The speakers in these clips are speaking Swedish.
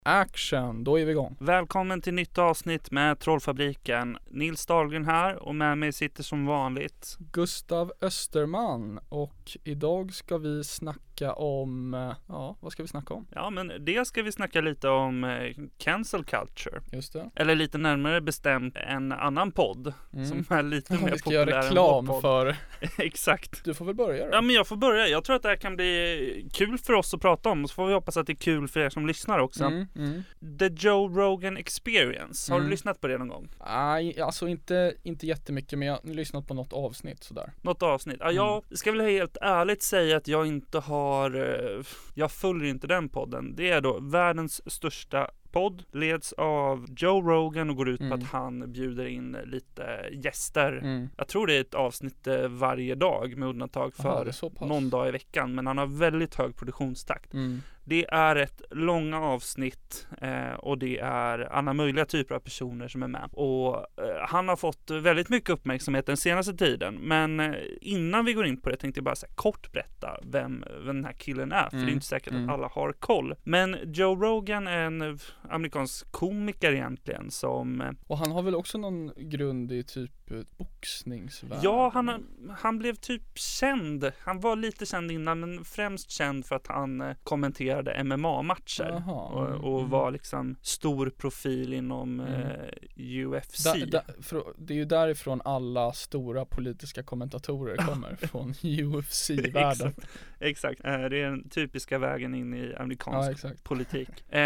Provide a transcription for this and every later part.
Action, då är vi igång. Välkommen till nytt avsnitt med Trollfabriken. Nils Dahlgren här och med mig sitter som vanligt Gustav Österman, och idag ska vi snacka om, vad ska vi snacka om? Ja, men det ska vi snacka lite om cancel culture. Just det. Eller lite närmare bestämt en annan podd som är lite mer vi ska populär göra än reklam vår podd. för. Exakt. Du får väl börja då. Ja, men jag får börja. Jag tror att det här kan bli kul för oss att prata om. Så får vi hoppas att det är kul för er som lyssnar också. The Joe Rogan Experience. Har du lyssnat på det någon gång? Nej, alltså inte jättemycket, men jag har lyssnat på något avsnitt sådär. Något avsnitt? Ja, jag ska väl helt ärligt säga att jag inte har... Jag följer inte den podden. Det är då världens största podd, leds av Joe Rogan och går ut på att han bjuder in lite gäster. Jag tror det är ett avsnitt varje dag med undantag för någon dag i veckan, men han har väldigt hög produktionstakt. Det är ett långa avsnitt och det är alla möjliga typer av personer som är med. Och han har fått väldigt mycket uppmärksamhet den senaste tiden. Men innan vi går in på det tänkte jag bara kort berätta vem den här killen är. För det är inte säkert att alla har koll. Men Joe Rogan är en amerikansk komiker egentligen som... Och han har väl också någon grund i typ boxningsvärlden? Ja, han blev typ känd. Han var lite känd innan, men främst känd för att han kommenterade MMA-matcher. Och var liksom stor profil inom UFC. Det är ju därifrån alla stora politiska kommentatorer kommer, från UFC-världen. Exakt. Det är den typiska vägen in i amerikansk politik.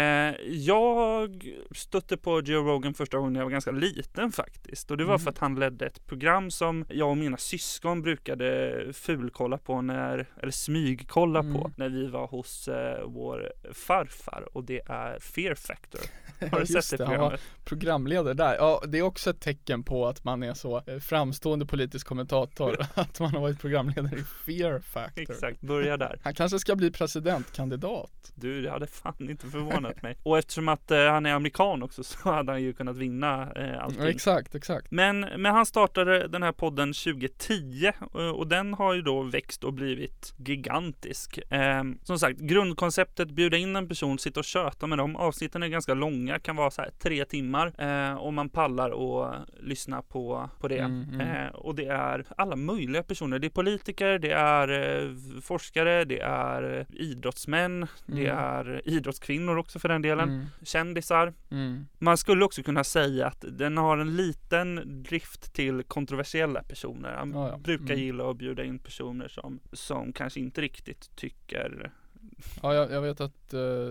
Jag stötte på Joe Rogan första gången jag var ganska liten faktiskt. Och det var för att han ledde ett program som jag och mina syskon brukade fulkolla på eller smygkolla på när vi var hos vår farfar, och det är Fear Factor. Har du sett det programmet? Han var programledare där. Ja, det är också ett tecken på att man är så framstående politisk kommentator att man har varit programledare i Fear Factor. Exakt, börja där. Han kanske ska bli presidentkandidat. Du, det hade fan inte förvånat mig. Och eftersom att han är amerikan också så hade han ju kunnat vinna allting. Exakt. Men han startade den här podden 2010 och den har ju då växt och blivit gigantisk. Som sagt, grundkonceptet, bjuda in en person, sitta och köta med dem. Avsnitten är ganska långa, kan vara 3 timmar om man pallar och lyssna på det. Och det är alla möjliga personer. Det är politiker, det är forskare, det är idrottsmän, det är idrottskvinnor också för den delen. Kändisar. Man skulle också kunna säga att den har en liten drift till kontroversiella personer. Han brukar gilla att bjuda in personer som kanske inte riktigt tycker... Ja, jag vet att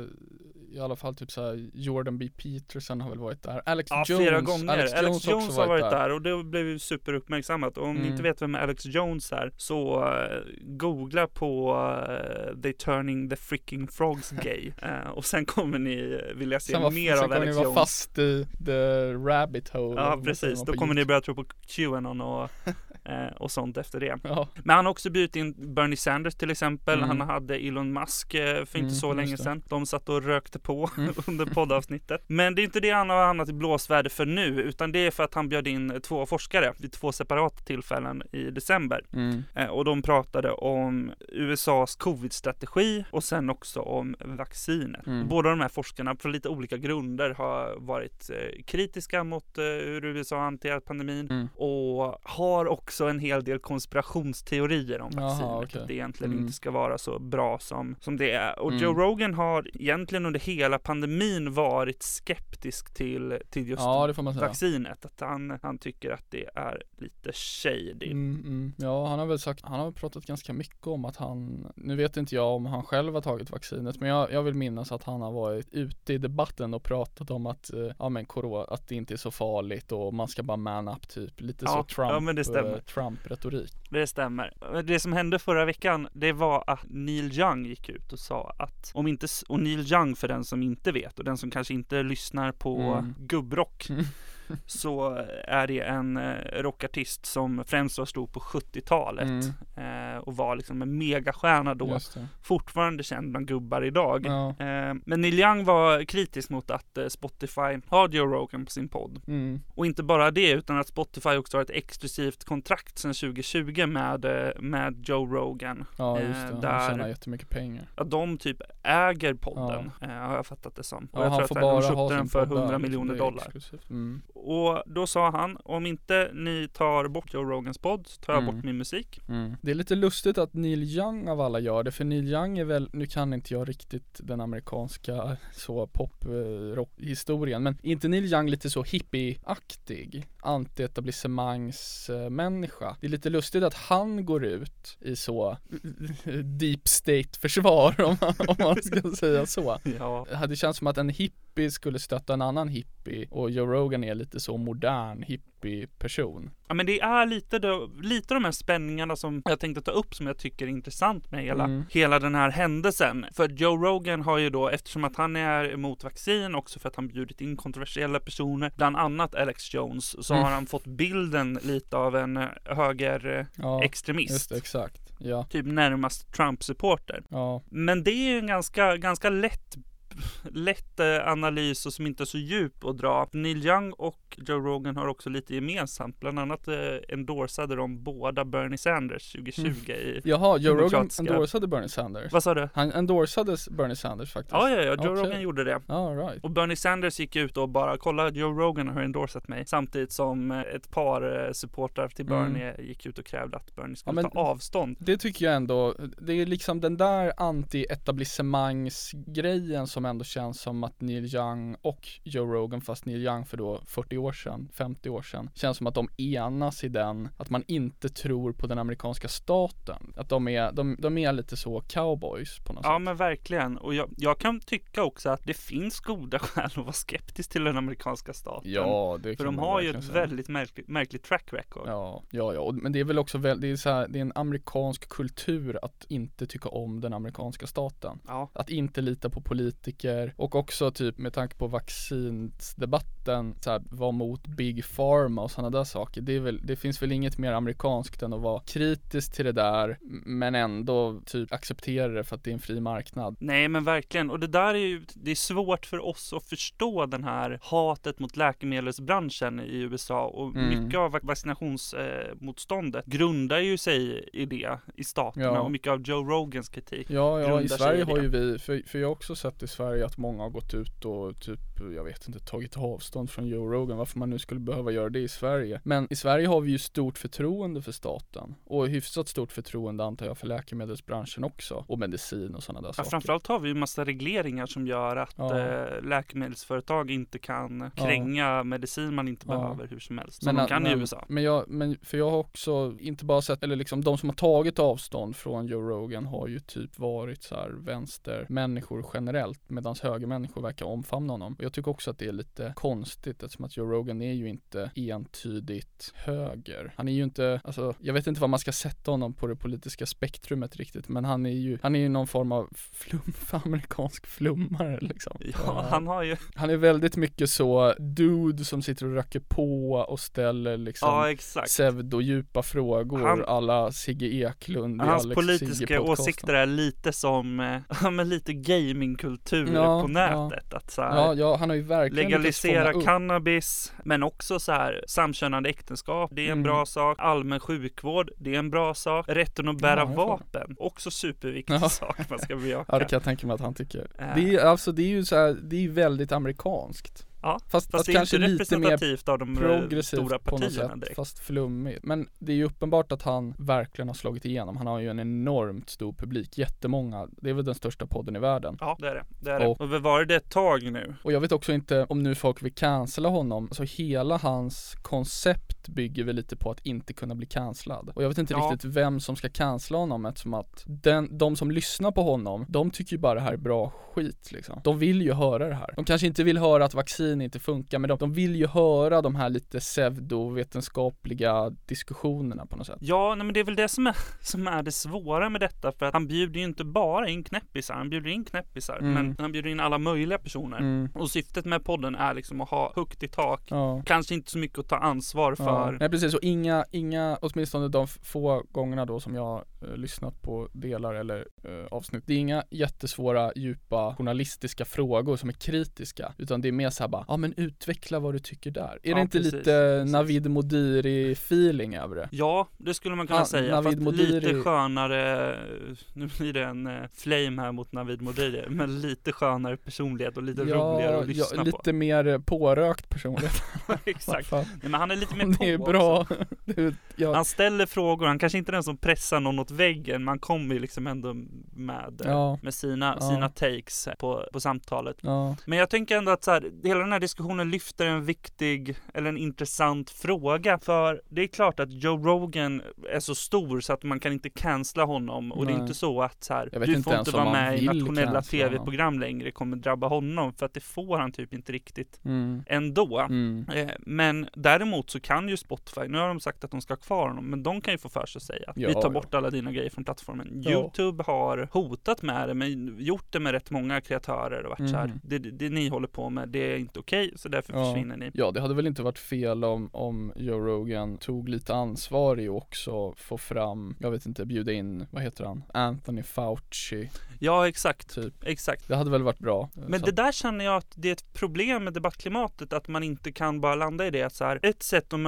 i alla fall typ såhär Jordan B. Peterson har väl varit där. Alex Jones, flera gånger. Alex Jones har varit där och det blev ju superuppmärksammat. Och om ni inte vet vem Alex Jones är, så googla på They Turning the Freaking Frogs Gay. Och sen kommer ni vilja se mer av Alex Jones. Sen kommer ni vara fast i the rabbit hole. Ja, precis. Då kommer ni börja tro på QAnon och sånt efter det. Ja. Men han har också bjudit in Bernie Sanders till exempel. Han hade Elon Musk för inte så länge sedan. De satt och rökte på under poddavsnittet. Men det är inte det han har hamnat i blåsväder för nu, utan det är för att han bjöd in 2 forskare vid 2 separata tillfällen i december. Och de pratade om USAs covid-strategi och sen också om vaccinet. Båda de här forskarna på lite olika grunder har varit kritiska mot hur USA hanterat pandemin och har också en hel del konspirationsteorier om vaccinet. Att det egentligen inte ska vara så bra som det är. Och Joe Rogan har egentligen under hela pandemin varit skeptisk till just vaccinet. Att han tycker att det är lite shady. Ja, han har pratat ganska mycket om att nu vet inte jag om han själv har tagit vaccinet, men jag vill minnas att han har varit ute i debatten och pratat om att att det inte är så farligt och man ska bara man up typ. Lite så Trump-retorik. Det stämmer. Det som hände förra veckan, det var att Neil Young gick ut och sa att och Neil Young, för den som inte vet och den som kanske inte lyssnar på gubbrock så är det en rockartist som främst var stor på 70-talet och var liksom en megastjärna då. Fortfarande känd bland gubbar idag. Ja. Men Neil Young var kritisk mot att Spotify har Joe Rogan på sin podd. Och inte bara det, utan att Spotify också har ett exklusivt kontrakt sedan 2020 med Joe Rogan. Ja, just det. De tjänar jättemycket pengar. Ja, de typ äger podden, har jag fattat det som. Och ja, jag tror att de köpte den för $100 miljoner. Och då sa han, om inte ni tar bort Joe Rogans podd så tar jag bort min musik. Det är lite lustigt att Neil Young av alla gör det, för Neil Young är väl, nu kan inte jag riktigt den amerikanska så pop-rock-historien, men är inte Neil Young lite så hippie-aktig, anti-etablissemangsmänniska? Det är lite lustigt att han går ut i så deep state-försvar om man ska säga så. Ja. Det känns som att en hippie skulle stötta en annan hippie, och Joe Rogan är lite så modern hippie-person. Ja, men det är lite de här spänningarna som jag tänkte ta upp, som jag tycker är intressant med hela den här händelsen. För Joe Rogan har ju då, eftersom att han är emot vaccin, också för att han bjudit in kontroversiella personer, bland annat Alex Jones, så har han fått bilden lite av en högerextremist. Just det, exakt. Ja. Typ närmast Trump-supporter. Ja. Men det är ju en ganska lätt analys och som inte är så djup att dra. Neil Young och Joe Rogan har också lite gemensamt. Bland annat endorsade de båda Bernie Sanders 2020 i Jaha, Joe Rogan endorsade Bernie Sanders. Vad sa du? Han endorsade Bernie Sanders faktiskt. Ja, Joe Rogan gjorde det. Right. Och Bernie Sanders gick ut och bara, kolla, Joe Rogan har endorsat mig. Samtidigt som ett par supportrar till Bernie gick ut och krävde att Bernie skulle ta avstånd. Det tycker jag ändå, det är liksom den där anti-etablissemangsgrejen som ändå känns som att Neil Young och Joe Rogan, fast Neil Young för då 40 år sedan, 50 år sedan, känns som att de enas i den, att man inte tror på den amerikanska staten. Att de är lite så cowboys på något sätt. Ja, men verkligen. Och jag kan tycka också att det finns goda skäl att vara skeptisk till den amerikanska staten. Ja, det kan. För de har ju ett väldigt märkligt track record. Ja. Men det är väl också det är en amerikansk kultur att inte tycka om den amerikanska staten. Ja. Att inte lita på politiker, och också typ med tanke på vaccinsdebatten, så här, vara mot Big Pharma och sådana där saker. Det finns väl inget mer amerikanskt än att vara kritisk till det där, men ändå typ acceptera det för att det är en fri marknad. Nej, men verkligen. Och det där det är svårt för oss att förstå den här hatet mot läkemedelsbranschen i USA, och mycket av vaccinationsmotståndet grundar ju sig i det i staterna, och mycket av Joe Rogans kritik. Ja, i Sverige har ju vi, för jag har också sett i Sverige att många har gått ut och typ, jag vet inte, tagit avstånd från Joe Rogan, varför man nu skulle behöva göra det i Sverige. Men i Sverige har vi ju stort förtroende för staten, och hyfsat stort förtroende antar jag för läkemedelsbranschen också, och medicin och sådana där saker. Framförallt har vi ju massa regleringar som gör att läkemedelsföretag inte kan kränga medicin man inte behöver hur som helst, som de kan i USA. Men för jag har också inte bara sett, eller liksom de som har tagit avstånd från Joe Rogan har ju typ varit så här vänstermänniskor generellt, medan högermänniskor verkar omfamna honom. Och jag tycker också att det är lite konstigt, eftersom att Joe Rogan är ju inte entydigt höger. Han är ju inte, alltså, jag vet inte vad man ska sätta honom på det politiska spektrumet riktigt, men han är ju någon form av amerikansk flummare liksom. Ja, han är väldigt mycket så dude som sitter och röker på och ställer liksom pseudodjupa frågor, alla Sigge Eklund i hans Alex politiska åsikter är lite som lite gamingkultur på nätet, att så här, han har ju verkligen legalisera cannabis, men också så här samkönade äktenskap, det är en bra sak, allmän sjukvård, det är en bra sak, rätten att bära vapen, också superviktig sak man ska bejaka. Ja, det kan jag tänka mig att han tycker. Det är ju så här, det är väldigt amerikanskt. Ja, fast det är kanske inte lite representativt mer av de stora partierna direkt. Fast flummigt. Men det är ju uppenbart att han verkligen har slagit igenom. Han har ju en enormt stor publik, jättemånga. Det är väl den största podden i världen. Ja, det är det. Och var det ett tag nu. Och jag vet också inte om nu folk vill cancella honom. Så hela hans koncept koncept bygger väl lite på att inte kunna bli cancellad. Och jag vet inte riktigt vem som ska cancella honom, eftersom att de som lyssnar på honom, de tycker ju bara det här är bra skit liksom. De vill ju höra det här. De kanske inte vill höra att vaccin inte funkar, men de vill ju höra de här lite pseudovetenskapliga diskussionerna på något sätt. Ja, nej, men det är väl det som är det svåra med detta, för att han bjuder ju inte bara in knäppisar, men han bjuder in alla möjliga personer. Och syftet med podden är liksom att ha högt i tak. Kanske inte så mycket att ta ansvar för. Nej, precis. Och inga åtminstone de få gångerna då som jag lyssnat på delar eller avsnitt. Det är inga jättesvåra, djupa journalistiska frågor som är kritiska, utan det är mer så här bara, men utveckla vad du tycker där. Är det inte precis, lite Navid Modiri-feeling över det? Ja, det skulle man kunna säga. Navid Modiri... lite skönare, nu blir det en flame här mot Navid Modiri, men lite skönare personlighet och lite roligare att lyssna på. Lite mer pårökt personlighet. Exakt. Nej, men han är lite mer på. Det är bra. Han ställer frågor, han kanske inte är den som pressar någon åt väggen, man kommer ju liksom ändå med sina takes på samtalet. Men jag tänker ändå att så här, hela den här diskussionen lyfter en viktig eller en intressant fråga, för det är klart att Joe Rogan är så stor så att man kan inte cancella honom, och det är inte så att så här, du får inte vara med i nationella tv-program längre, kommer drabba honom, för att det får han typ inte riktigt ändå. Men däremot så kan ju Spotify, nu har de sagt att de ska ha kvar honom, men de kan ju få för sig att säga att vi tar bort alla dina grejer från plattformen. YouTube har hotat med det, men gjort det med rätt många kreatörer och varit så här, det ni håller på med, det är inte okej, så därför försvinner ni. Ja, det hade väl inte varit fel om Joe Rogan tog lite ansvar i och också få fram, jag vet inte, bjuda in, vad heter han? Anthony Fauci. Ja, exakt. Typ. Exakt. Det hade väl varit bra. Men det där känner jag att det är ett problem med debattklimatet, att man inte kan bara landa i det, att så här, ett sätt att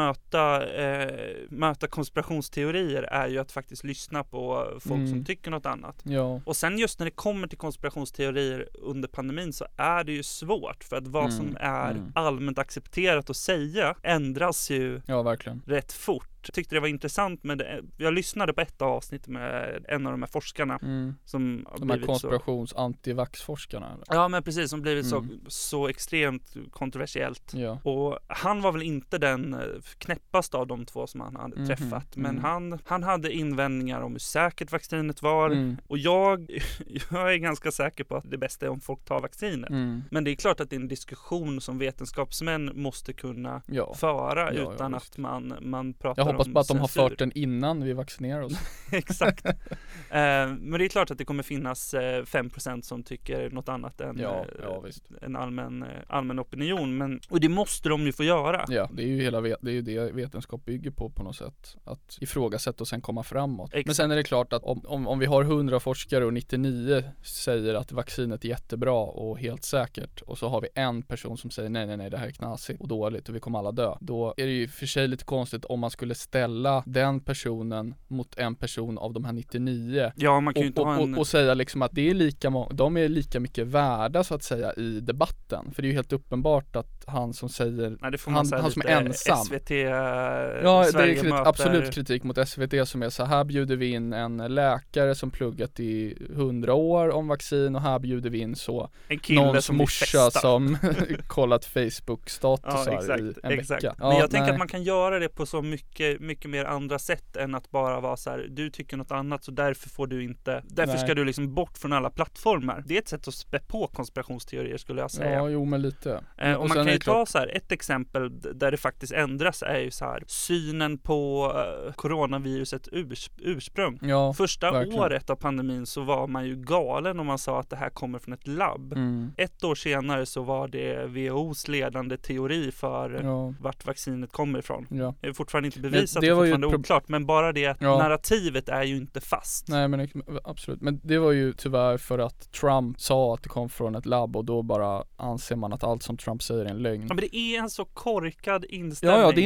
möta konspirationsteorier är ju att faktiskt lyssna på folk som tycker något annat. Ja. Och sen just när det kommer till konspirationsteorier under pandemin så är det ju svårt, för att vad som är allmänt accepterat att säga ändras ju verkligen rätt fort. Jag tyckte det var intressant med det. Jag lyssnade på ett avsnitt med en av de här forskarna som de här konspirations-antivax-forskarna. Ja, men precis, som blivit så extremt kontroversiellt. Ja. Och han var väl inte den knäppaste av de två som han hade träffat, men han hade invändningar om hur säkert vaccinet var, och jag är ganska säker på att det bästa är om folk tar vacciner. Men det är klart att det är en diskussion som vetenskapsmän måste kunna föra utan att man pratar om. Jag hoppas bara att de har fört den innan vi vaccinerar oss. Exakt. Men det är klart att det kommer finnas 5% som tycker något annat än en allmän opinion, och det måste de ju få göra. Ja, det är ju det vetenskap bygger på något sätt, att ifrågasätta och sen komma framåt. Exakt. Men sen är det klart att om vi har 100 forskare och 99 säger att vaccinet är jättebra och helt säkert, och så har vi en person som säger nej, det här är knasigt och dåligt och vi kommer alla dö. Då är det ju för sig lite konstigt om man skulle ställa den personen mot en person av de här 99. Ja, man kan ju inte och säga liksom att det är de är lika mycket värda så att säga i debatten. För det är ju helt uppenbart att han som säger, nej, det får man säga, han som är ensam. SVT, det är absolut kritik mot SVT som är så här bjuder vi in en läkare som pluggat i 100 år om vaccin, och här bjuder vi in så en kille någons som morsa som kollat Facebook-statusar i en vecka. Men jag tänker att man kan göra det på så mycket mer andra sätt än att bara vara så här, du tycker något annat så därför får du inte, därför ska du liksom bort från alla plattformar. Det är ett sätt att spä på konspirationsteorier, skulle jag säga. Ja, jo, men lite. Och man kan ju ta så här, ett exempel där det faktiskt ändras är ju så här, synen på coronavirusets ursprung. Ja, första verkligen. Året av pandemin så var man ju galen om man sa att det här kommer från ett labb. Ett år senare så var det WHO:s ledande teori för vart vaccinet kommer ifrån. Ja. Det är fortfarande inte bevisat, det är fortfarande oklart, men bara det att narrativet är ju inte fast. Nej, men absolut. Men det var ju tyvärr för att Trump sa att det kom från ett labb, och då bara anser man att allt som Trump säger är en lögn. Ja, men det är en så korkad inställning. Ja, det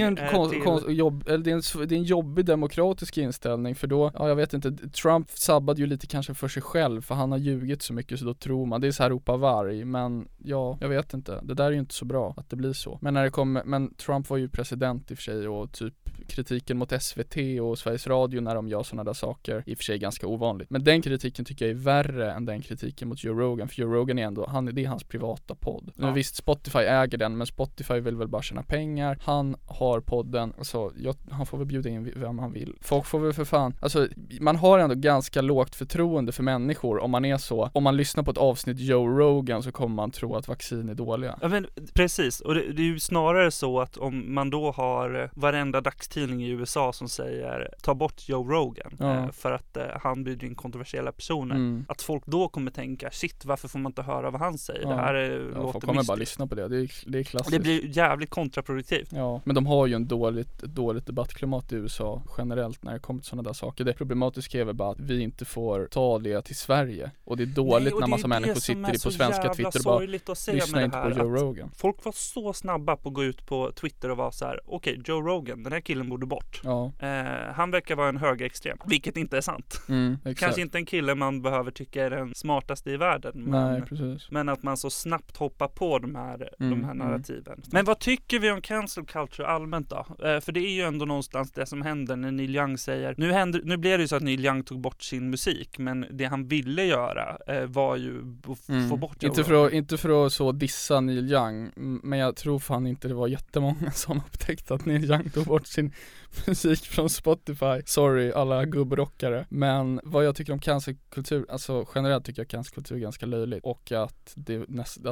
är en jobbig demokratisk inställning, för då, jag vet inte, Trump sabbade ju lite kanske för sig själv, för han har ljugit så mycket så då tror man, det är så här ropa varg, men jag vet inte, det där är ju inte så bra att det blir så. Men när det kommer, men Trump var ju president i och för sig och typ kritiken mot SVT och Sveriges Radio när de gör sådana där saker i och för sig ganska ovanligt. Men den kritiken tycker jag är värre än den kritiken mot Joe Rogan, för Joe Rogan är ändå, det är hans privata podd. Nu visst, Spotify äger den, men Spotify vill väl bara tjäna pengar. Han har podden, alltså han får väl bjuda in vem han vill. Folk får väl för fan, alltså man har ändå ganska lågt förtroende för människor om man är så. Om man lyssnar på ett avsnitt Joe Rogan så kommer man tro att vaccin är dåliga. Ja, men precis, och det är ju snarare så att om man då har varenda dagstidning i USA som säger ta bort Joe Rogan för att han bjuder in kontroversiella personer, att folk då kommer tänka, shit, varför får man inte höra vad han säger? Det här låter folk kommer bara lyssna på det är klassiskt. Det blir jävligt kontraproduktivt. Ja, men de har ju en dåligt debattklimat i USA generellt när det kommer till sådana där saker. Det problematiska är väl bara att vi inte får ta det till Sverige, och det är dåligt när massa människor sitter på svenska Twitter och bara lyssnar inte på Joe Rogan. Folk var så snabba på att gå ut på Twitter och vara så här: okej, Joe Rogan, den här killen borde bort. Han verkar vara en högerextrem, vilket inte är sant. Kanske inte en kille man behöver tycka är den smartaste i världen, men att man så snabbt hoppar på de här narrativen. Men vad tycker vi om cancel culture allmänt då? För det är ju ändå någonstans det som händer när Neil Young säger, nu blev det ju så att Neil Young tog bort sin musik, men det han ville göra var ju att få bort inte för att så dissa Neil Young, men jag tror fan inte det var jättemånga som upptäckte att Neil Young tog bort sin musik från Spotify. Sorry alla gubbrockare. Men vad jag tycker om cancelkultur, alltså generellt tycker jag cancelkultur är ganska löjligt, och att det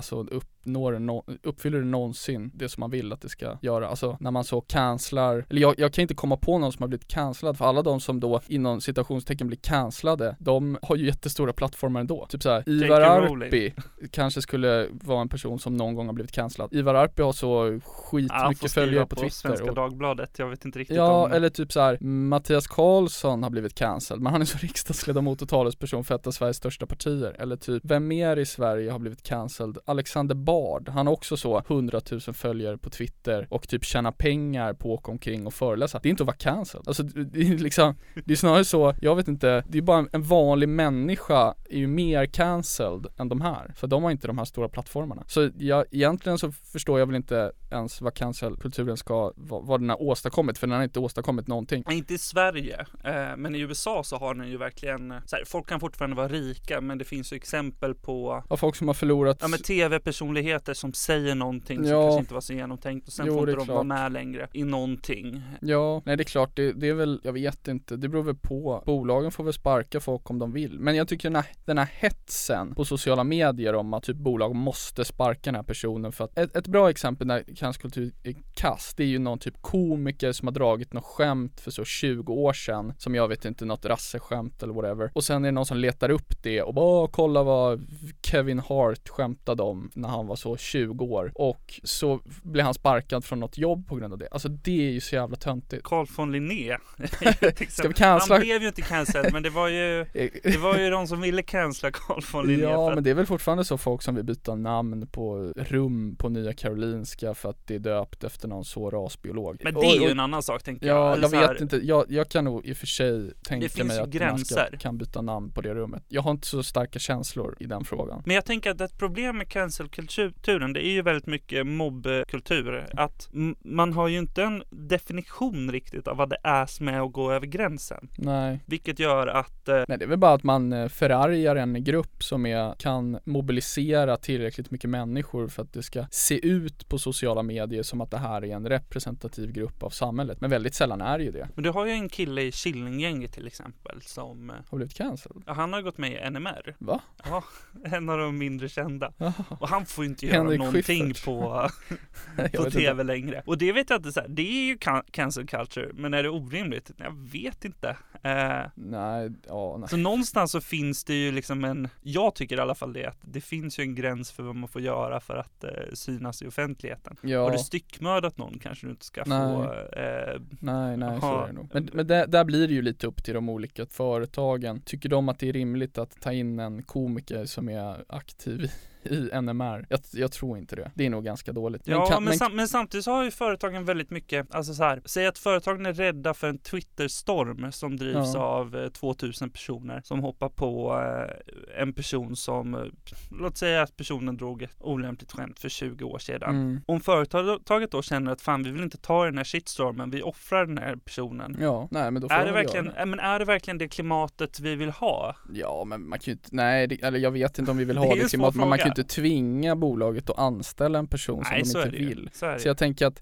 uppfyller det någonsin det som man vill att det ska göra. Alltså när man så cancelar, eller jag kan inte komma på någon som har blivit cancellad, för alla de som då inom citationstecken blir cancellade, de har ju jättestora plattformar ändå. Typ såhär, Ivar Arpi kanske skulle vara en person som någon gång har blivit cancellad. Ivar Arpi har så mycket följare på Twitter. Svenska Dagbladet, jag vet inte riktigt eller typ såhär, Mattias Karlsson har blivit cancellad, men han är så riksdagsledamot och talesperson för ett av Sveriges största partier. Eller typ, vem mer i Sverige har blivit cancelled? Alexander Bard, han har också så 100 000 följare på Twitter och typ tjänar pengar på att åka omkring och föreläsa. Det är inte att vara cancelled. Alltså det är liksom, det är snarare så, jag vet inte, det är bara en vanlig människa är ju mer cancelled än de här, för de har inte de här stora plattformarna. Så egentligen så förstår jag väl inte ens vad cancelkulturen ska, vad den har åstadkommit, för den har inte åstadkommit någonting. Inte i Sverige, men i USA så har den ju verkligen, så här, folk kan fortfarande vara rika, men det finns ju exempel på folk som har förlorat med tv-personligheter som säger någonting som kanske inte var så genomtänkt, och sen får inte de vara med längre i någonting. Ja, nej det är klart, det är väl, jag vet inte, det beror väl på. Bolagen får väl sparka folk om de vill, men jag tycker den här hetsen på sociala medier om att typ bolag måste sparka den här personen, för att ett bra exempel när cancelkultur är kass, det är ju någon typ komiker som har dragit något skämt för så 20 år sedan, som jag vet inte, något rasseskämt eller whatever, och sen är det någon som letar upp det och bara kolla vad Kevin Hart skämtade om när han var så 20 år, och så blir han sparkad från något jobb på grund av det. Alltså det är ju så jävla töntigt. Carl von Linné Ska vi cancella? Han blev ju inte cancelled, men det var ju de som ville cancella Carl von Linné. Ja, men det är väl fortfarande så folk som vill byta namn på rum på Nya Karolinska för att det är döpt efter någon så rasbiolog. Men det är ju en annan sak, tänker jag. Ja, jag vet inte. Jag kan nog i och för sig tänka mig att man kan byta namn på det rummet. Jag har inte så starka känslor i den frågan. Men jag tänker att ett problem med cancelkulturen, det är ju väldigt mycket mobbkultur. Att man har ju inte en definition riktigt av vad det är som är att gå över gränsen. Nej. Vilket gör att nej, det är väl bara att man förargar en grupp som kan mobilisera tillräckligt mycket människor för att det ska se ut på sociala medier som att det här är en representativ grupp av samhället. Men väldigt sällan är det ju det. Men du har ju en kille i Killinggänget till exempel som har blivit cancelled. Han har gått med i NMR. Va? Ja, en av de mindre kända. Jaha. Och han får ju inte göra någonting på tv längre. Och det vet jag inte, så här, det är ju cancel culture, men är det orimligt? Jag vet inte. Nej. Så någonstans så finns det ju liksom jag tycker i alla fall det, att det finns ju en gräns för vad man får göra för att synas i offentligheten. Ja. Har du styckmördat någon kanske du inte ska få nej, så är det nog. Men där blir det ju lite upp till de olika företagen. Tycker de att det är rimligt att ta in en komiker som är aktiv i NMR. Jag tror inte det. Det är nog ganska dåligt. Ja, men samtidigt så har ju företagen väldigt mycket, alltså så här, säg att företagen är rädda för en Twitter-storm som drivs av 2000 personer som hoppar på en person som, låt säga att personen drog ett olämpligt skämt för 20 år sedan. Om företaget då känner att fan, vi vill inte ta den här shitstormen, vi offrar den här personen. Ja, nej, men då får är det verkligen det klimatet vi vill ha? Ja, men man kan ju inte, eller jag vet inte om vi vill ha det klimatet, men man kan ju inte tvinga bolaget att anställa en person som de inte vill. Så jag tänker att,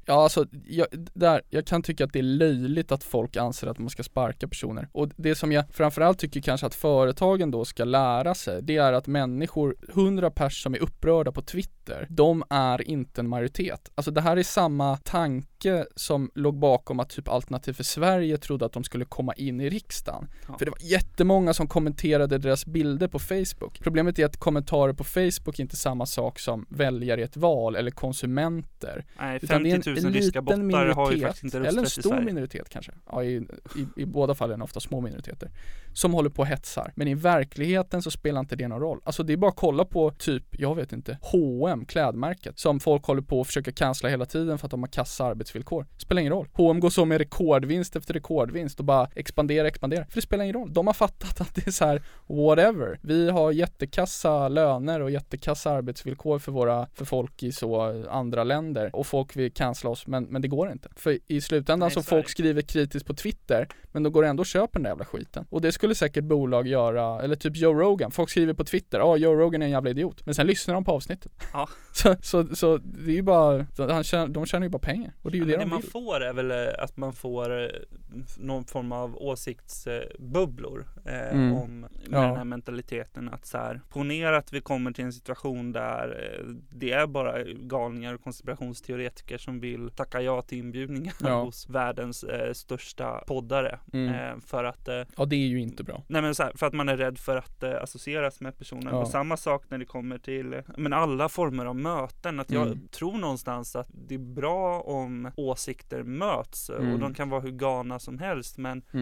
jag kan tycka att det är löjligt att folk anser att man ska sparka personer. Och det som jag framförallt tycker kanske att företagen då ska lära sig, det är att människor, 100 personer som är upprörda på Twitter, de är inte en majoritet. Alltså det här är samma tanke som låg bakom att typ Alternativ för Sverige trodde att de skulle komma in i riksdagen. För det var jättemånga som kommenterade deras bilder på Facebook. Problemet är att kommentarer på Facebook är inte samma sak som väljare i ett val eller konsumenter. Nej, 50 000 ryska bottar har ju faktiskt inte rösträtt i Sverige. Eller en stor minoritet kanske. Ja, i båda fallen ofta små minoriteter. Som håller på och hetsar. Men i verkligheten så spelar inte det någon roll. Alltså det är bara att kolla på typ, jag vet inte, H&M, klädmärket. Som folk håller på och försöker cancella hela tiden för att de har kassa arbetsvillkor. Spelar ingen roll. H&M går så med rekordvinst efter rekordvinst och bara expandera. För det spelar ingen roll. De har fattat att det är så här, whatever. Vi har jättekassa löner och jättekassa arbetsvillkor för folk i så andra länder. Och folk vill cancella oss, men det går inte. För i slutändan så folk skriver kritiskt på Twitter, men då går det ändå att köpa den där jävla skiten. Och det skulle säkert bolag göra, eller typ Joe Rogan. Folk skriver på Twitter, Joe Rogan är en jävla idiot. Men sen lyssnar de på avsnittet. Ja. Så det är ju bara, de tjänar ju bara pengar. Och det är ju det man får är väl att man får någon form av åsiktsbubblor om den här mentaliteten att så här, ponera att vi kommer till en situation där det är bara galningar och konspirationsteoretiker som vill tacka ja till inbjudningar hos världens största poddare för att det är ju inte bra. Nej, men så här, för att man är rädd för att associeras med personen. Och samma sak när det kommer till alla former av möten, att jag tror någonstans att det är bra om åsikter möts och de kan vara hur galna som helst,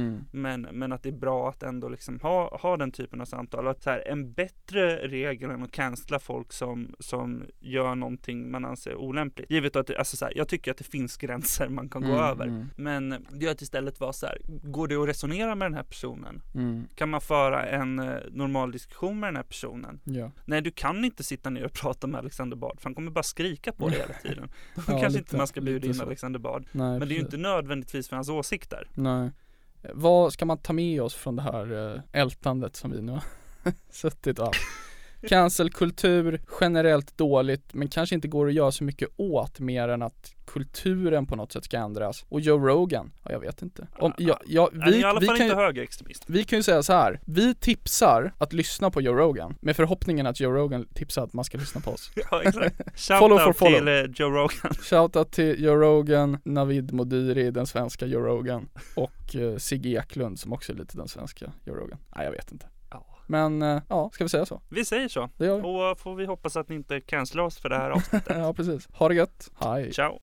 men att det är bra att ändå liksom ha den typen av samtal. Att så här, en bättre regel än att cancella folk som gör någonting man anser olämpligt. Givet att alltså så här, jag tycker att det finns gränser man kan gå över. Men det är att istället vara så här, går det att resonera med den här personen? Kan man föra en normal diskussion med den här personen? Ja. Nej, du kan inte sitta ner och prata med Alexander Bard, för han kommer bara skrika på dig hela tiden. Då kanske inte man ska bjuda in Alexander Bard. Nej, men det är ju inte nödvändigtvis för hans åsikter. Nej. Vad ska man ta med oss från det här ältandet som vi nu har suttit av? Cancelkultur generellt dåligt, men kanske inte går att göra så mycket åt mer än att kulturen på något sätt ska ändras. Och Joe Rogan, jag vet inte. Vi i alla fall inte högerextremist. Vi kan ju säga så här: vi tipsar att lyssna på Joe Rogan med förhoppningen att Joe Rogan tipsar att man ska lyssna på oss. Ja, exakt. Shoutout till Joe Rogan. Shoutout till Joe Rogan, Navid Modiri, den svenska Joe Rogan, och Sigge Eklund som också är lite den svenska Joe Rogan. Nej, jag vet inte. Men ska vi säga så? Vi säger så. Det gör vi. Och får vi hoppas att ni inte cancelar oss för det här avsnittet. Ja, precis. Ha det gött. Hej. Ciao.